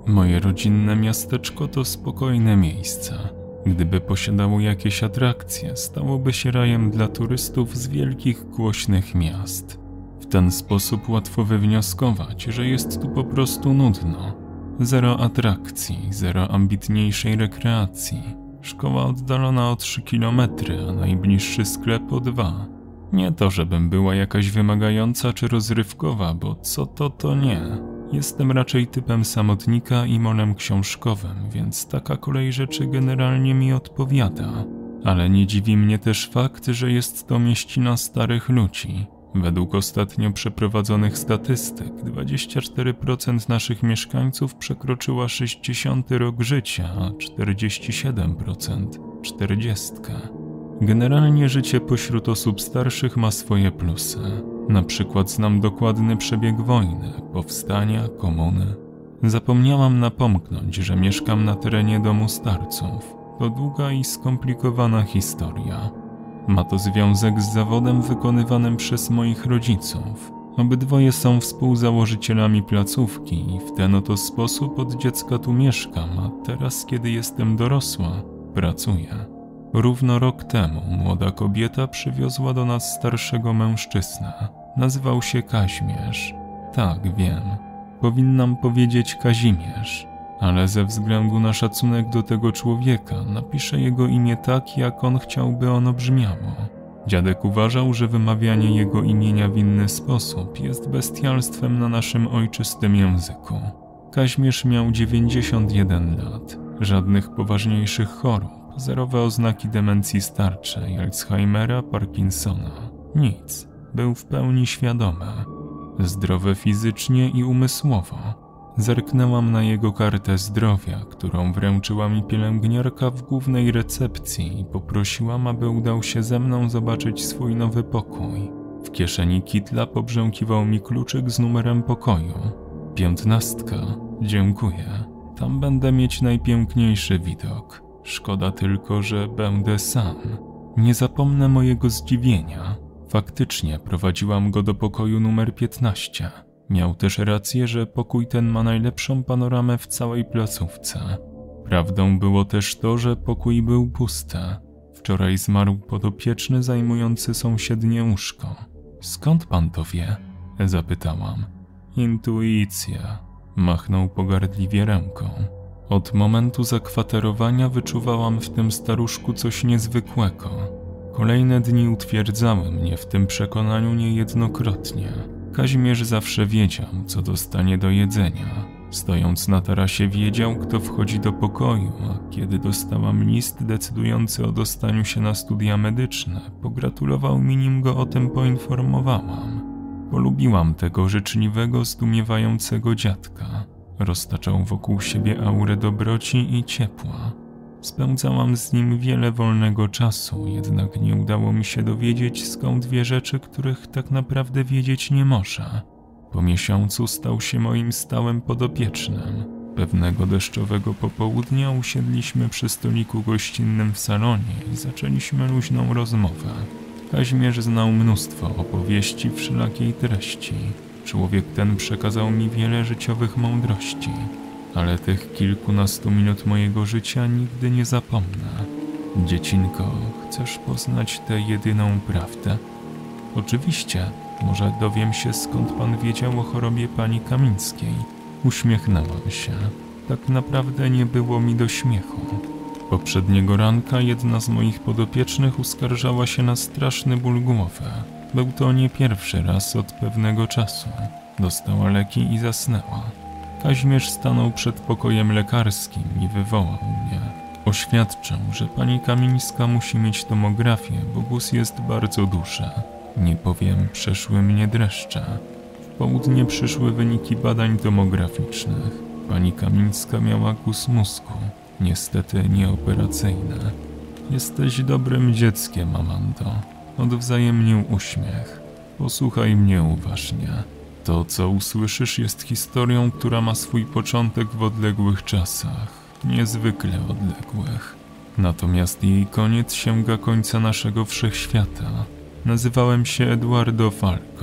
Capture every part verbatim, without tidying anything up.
Moje rodzinne miasteczko to spokojne miejsce. Gdyby posiadało jakieś atrakcje, stałoby się rajem dla turystów z wielkich, głośnych miast. W ten sposób łatwo wywnioskować, że jest tu po prostu nudno. Zero atrakcji, zero ambitniejszej rekreacji. Szkoła oddalona o trzy kilometry, a najbliższy sklep o dwa. Nie to, żebym była jakaś wymagająca czy rozrywkowa, bo co to, to nie. Jestem raczej typem samotnika i molem książkowym, więc taka kolej rzeczy generalnie mi odpowiada. Ale nie dziwi mnie też fakt, że jest to mieścina starych ludzi. Według ostatnio przeprowadzonych statystyk dwadzieścia cztery procent naszych mieszkańców przekroczyła sześćdziesiąty rok życia, a czterdzieści siedem procent czterdziestkę. Generalnie życie pośród osób starszych ma swoje plusy. Na przykład znam dokładny przebieg wojny, powstania, komuny. Zapomniałam napomknąć, że mieszkam na terenie domu starców. To długa i skomplikowana historia. Ma to związek z zawodem wykonywanym przez moich rodziców. Obydwoje są współzałożycielami placówki i w ten oto sposób od dziecka tu mieszkam, a teraz, kiedy jestem dorosła, pracuję. Równo rok temu młoda kobieta przywiozła do nas starszego mężczyznę. Nazywał się Kazimierz. Tak, wiem. Powinnam powiedzieć Kazimierz, ale ze względu na szacunek do tego człowieka napiszę jego imię tak, jak on chciałby ono brzmiało. Dziadek uważał, że wymawianie jego imienia w inny sposób jest bestialstwem na naszym ojczystym języku. Kazimierz miał dziewięćdziesiąt jeden lat, żadnych poważniejszych chorób, zerowe oznaki demencji starczej, Alzheimera, Parkinsona. Nic, był w pełni świadomy. Zdrowy fizycznie i umysłowo. Zerknęłam na jego kartę zdrowia, którą wręczyła mi pielęgniarka w głównej recepcji i poprosiłam, aby udał się ze mną zobaczyć swój nowy pokój. W kieszeni kitla pobrzękiwał mi kluczyk z numerem pokoju. Piętnastka. Dziękuję. Tam będę mieć najpiękniejszy widok. Szkoda tylko, że będę sam. Nie zapomnę mojego zdziwienia. Faktycznie prowadziłam go do pokoju numer piętnaście. Miał też rację, że pokój ten ma najlepszą panoramę w całej placówce. Prawdą było też to, że pokój był pusty. Wczoraj zmarł podopieczny zajmujący sąsiednie łóżko. Skąd pan to wie? Zapytałam. Intuicja. Machnął pogardliwie ręką. Od momentu zakwaterowania wyczuwałam w tym staruszku coś niezwykłego. Kolejne dni utwierdzały mnie w tym przekonaniu niejednokrotnie. Kazimierz zawsze wiedział, co dostanie do jedzenia. Stojąc na tarasie wiedział, kto wchodzi do pokoju, a kiedy dostałam list decydujący o dostaniu się na studia medyczne, pogratulował mi, nim go o tym poinformowałam. Polubiłam tego życzliwego, zdumiewającego dziadka. Roztaczał wokół siebie aurę dobroci i ciepła. Spędzałam z nim wiele wolnego czasu, jednak nie udało mi się dowiedzieć, skąd wie rzeczy, których tak naprawdę wiedzieć nie może. Po miesiącu stał się moim stałym podopiecznym. Pewnego deszczowego popołudnia usiedliśmy przy stoliku gościnnym w salonie i zaczęliśmy luźną rozmowę. Kazimierz znał mnóstwo opowieści wszelakiej treści. Człowiek ten przekazał mi wiele życiowych mądrości, ale tych kilkunastu minut mojego życia nigdy nie zapomnę. Dziecinko, chcesz poznać tę jedyną prawdę? Oczywiście, może dowiem się, skąd pan wiedział o chorobie pani Kamińskiej. Uśmiechnęłam się. Tak naprawdę nie było mi do śmiechu. Poprzedniego ranka jedna z moich podopiecznych uskarżała się na straszny ból głowy. Był to nie pierwszy raz od pewnego czasu. Dostała leki i zasnęła. Kazimierz stanął przed pokojem lekarskim i wywołał mnie. Oświadczę, że pani Kamińska musi mieć tomografię, bo guz jest bardzo duży. Nie powiem, przeszły mnie dreszcze. W południe przyszły wyniki badań tomograficznych. Pani Kamińska miała guz mózgu, niestety nieoperacyjne. Jesteś dobrym dzieckiem, Amando. Odwzajemnił uśmiech. Posłuchaj mnie uważnie. To, co usłyszysz, jest historią, która ma swój początek w odległych czasach, niezwykle odległych. Natomiast jej koniec sięga końca naszego wszechświata. Nazywałem się Eduardo Falco.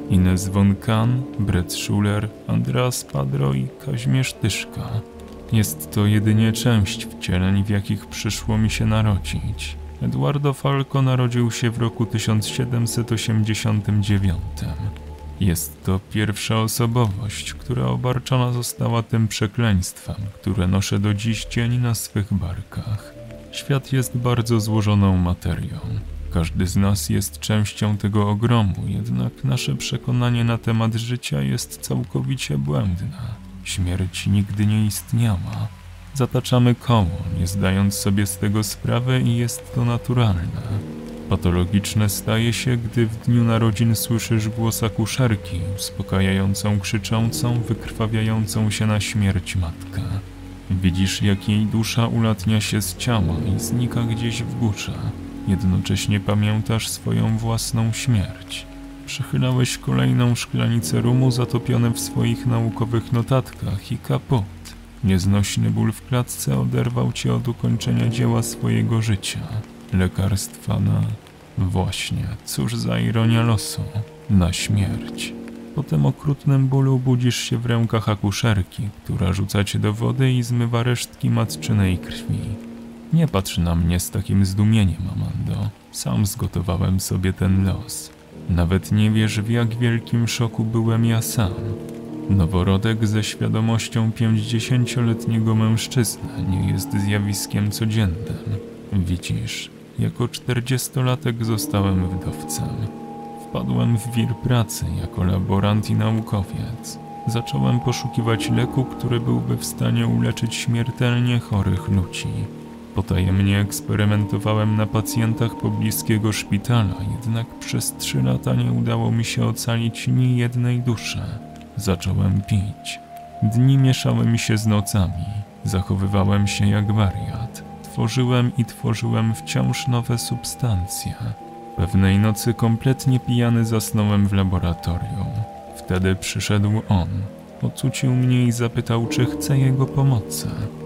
Ines von Kahn, Brett Schuler, Andreas Padro i Kazimierz Tyszka. Jest to jedynie część wcieleń, w jakich przyszło mi się narodzić. Eduardo Falco narodził się w roku tysiąc siedemset osiemdziesiątym dziewiątym. Jest to pierwsza osobowość, która obarczona została tym przekleństwem, które noszę do dziś dzień na swych barkach. Świat jest bardzo złożoną materią. Każdy z nas jest częścią tego ogromu, jednak nasze przekonanie na temat życia jest całkowicie błędne. Śmierć nigdy nie istniała. Zataczamy koło, nie zdając sobie z tego sprawy i jest to naturalne. Patologiczne staje się, gdy w dniu narodzin słyszysz głos akuszerki, uspokajającą, krzyczącą, wykrwawiającą się na śmierć matkę. Widzisz, jak jej dusza ulatnia się z ciała i znika gdzieś w górze. Jednocześnie pamiętasz swoją własną śmierć. Przechylałeś kolejną szklanicę rumu zatopione w swoich naukowych notatkach i kaput. Nieznośny ból w klatce oderwał cię od ukończenia dzieła swojego życia. Lekarstwa na... Właśnie, cóż za ironia losu. Na śmierć. Po tym okrutnym bólu budzisz się w rękach akuszerki, która rzuca cię do wody i zmywa resztki matczynej krwi. Nie patrz na mnie z takim zdumieniem, Amando. Sam zgotowałem sobie ten los. Nawet nie wiesz, w jak wielkim szoku byłem ja sam. Noworodek ze świadomością pięćdziesięcioletniego mężczyzny nie jest zjawiskiem codziennym. Widzisz, jako czterdziestolatek zostałem wdowcem. Wpadłem w wir pracy jako laborant i naukowiec. Zacząłem poszukiwać leku, który byłby w stanie uleczyć śmiertelnie chorych ludzi. Potajemnie eksperymentowałem na pacjentach pobliskiego szpitala, jednak przez trzy lata nie udało mi się ocalić ni jednej duszy. Zacząłem pić. Dni mieszały mi się z nocami. Zachowywałem się jak wariat. Tworzyłem i tworzyłem wciąż nowe substancje. Pewnej nocy kompletnie pijany zasnąłem w laboratorium. Wtedy przyszedł on. Ocucił mnie i zapytał, czy chcę jego pomocy.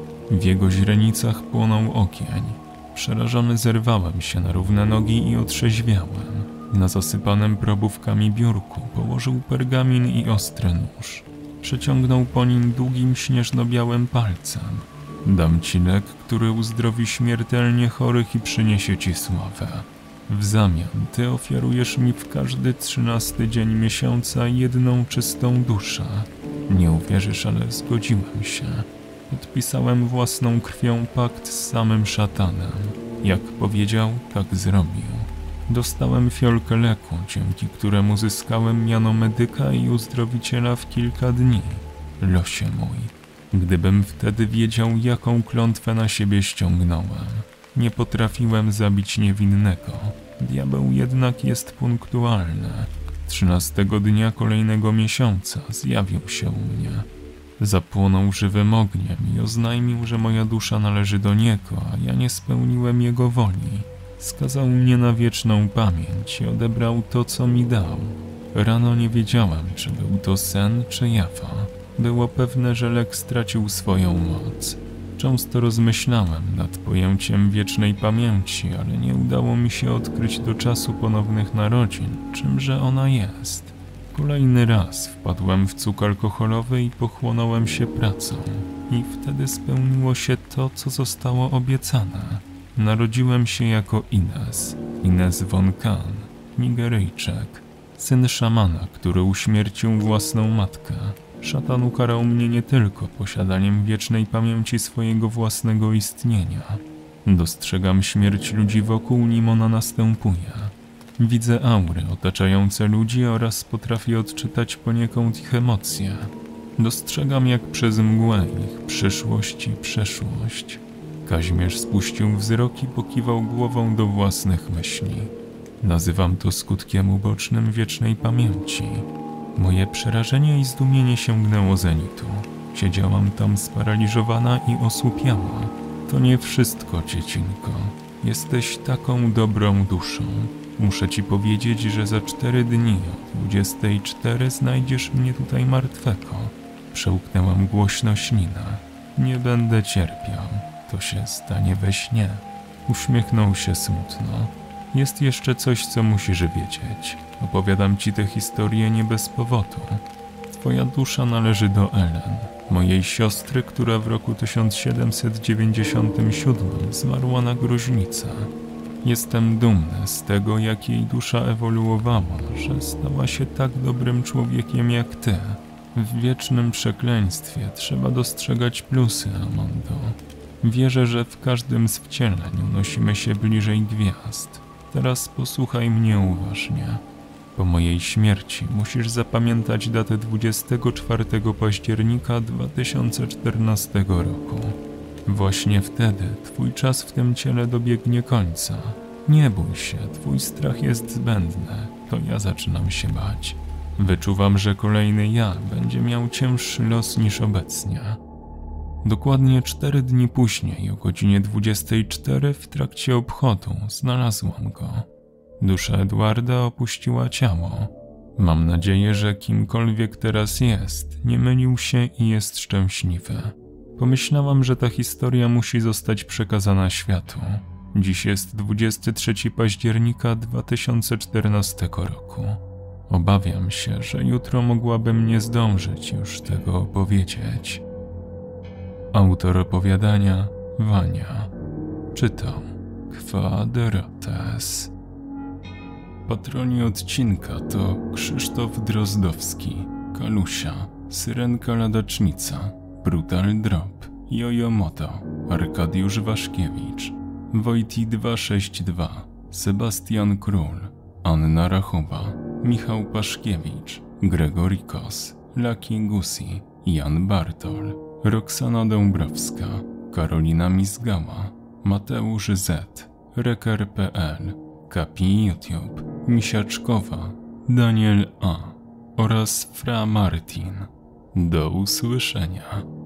W jego źrenicach płonął ogień. Przerażony zerwałem się na równe nogi i otrzeźwiałem. Na zasypanym probówkami biurku położył pergamin i ostry nóż. Przeciągnął po nim długim śnieżno-białym palcem. Dam ci lek, który uzdrowi śmiertelnie chorych i przyniesie ci sławę. W zamian ty ofiarujesz mi w każdy trzynasty dzień miesiąca jedną czystą duszę. Nie uwierzysz, ale zgodziłem się. Podpisałem własną krwią pakt z samym szatanem. Jak powiedział, tak zrobił. Dostałem fiolkę leku, dzięki któremu zyskałem miano medyka i uzdrowiciela w kilka dni. Losie mój. Gdybym wtedy wiedział, jaką klątwę na siebie ściągnąłem. Nie potrafiłem zabić niewinnego. Diabeł jednak jest punktualny. Trzynastego dnia kolejnego miesiąca zjawił się u mnie. Zapłonął żywym ogniem i oznajmił, że moja dusza należy do niego, a ja nie spełniłem jego woli. Skazał mnie na wieczną pamięć i odebrał to, co mi dał. Rano nie wiedziałem, czy był to sen, czy jawa. Było pewne, że lek stracił swoją moc. Często rozmyślałem nad pojęciem wiecznej pamięci, ale nie udało mi się odkryć do czasu ponownych narodzin, czymże ona jest. Kolejny raz wpadłem w cuk alkoholowy i pochłonąłem się pracą. I wtedy spełniło się to, co zostało obiecane. Narodziłem się jako Ines, Ines von Kahn, Nigeryjczyk, syn szamana, który uśmiercił własną matkę. Szatan ukarał mnie nie tylko posiadaniem wiecznej pamięci swojego własnego istnienia. Dostrzegam śmierć ludzi wokół, nim ona następuje. Widzę aury otaczające ludzi oraz potrafię odczytać poniekąd ich emocje. Dostrzegam jak przez mgłę ich przyszłość i przeszłość. Kazimierz spuścił wzrok i pokiwał głową do własnych myśli. Nazywam to skutkiem ubocznym wiecznej pamięci. Moje przerażenie i zdumienie sięgnęło zenitu. Siedziałam tam sparaliżowana i osłupiała. To nie wszystko, dziecinko. Jesteś taką dobrą duszą. Muszę ci powiedzieć, że za cztery dni o dwudziestej czwartej znajdziesz mnie tutaj martwego. Przełknęłam głośno ślinę. Nie będę cierpiał. To się stanie we śnie. Uśmiechnął się smutno. Jest jeszcze coś, co musisz wiedzieć. Opowiadam ci tę historię nie bez powodu. Twoja dusza należy do Ellen, mojej siostry, która w roku tysiąc siedemset dziewięćdziesiątym siódmym zmarła na gruźlicę. Jestem dumny z tego, jak jej dusza ewoluowała, że stała się tak dobrym człowiekiem jak ty. W wiecznym przekleństwie trzeba dostrzegać plusy, Amando. Wierzę, że w każdym z wcieleń unosimy się bliżej gwiazd. Teraz posłuchaj mnie uważnie. Po mojej śmierci musisz zapamiętać datę dwudziestego czwartego października dwa tysiące czternastego roku. Właśnie wtedy twój czas w tym ciele dobiegnie końca. Nie bój się, twój strach jest zbędny. To ja zaczynam się bać. Wyczuwam, że kolejny ja będzie miał cięższy los niż obecnie. Dokładnie cztery dni później, o godzinie dwudziestej czwartej, w trakcie obchodu znalazłam go. Dusza Edwarda opuściła ciało. Mam nadzieję, że kimkolwiek teraz jest, nie mylił się i jest szczęśliwy. Pomyślałam, że ta historia musi zostać przekazana światu. Dziś jest dwudziestego trzeciego października dwa tysiące czternastego roku. Obawiam się, że jutro mogłabym nie zdążyć już tego opowiedzieć. Autor opowiadania Wania. Czytał Kwadrates. Patroni odcinka to Krzysztof Drozdowski, Kalusia, Syrenka Ladacznica, Brutal Drop, Jojo Moto, Arkadiusz Waszkiewicz, Wojti dwieście sześćdziesiąt dwa, Sebastian Król, Anna Rachowa, Michał Paszkiewicz, Gregorikos, Lucky Gusi, Jan Bartol, Roxana Dąbrowska, Karolina Mizgała, Mateusz Z, Reker kropka pe el, Kapi YouTube, Misiaczkowa, Daniel A oraz Fra Martin. Do usłyszenia.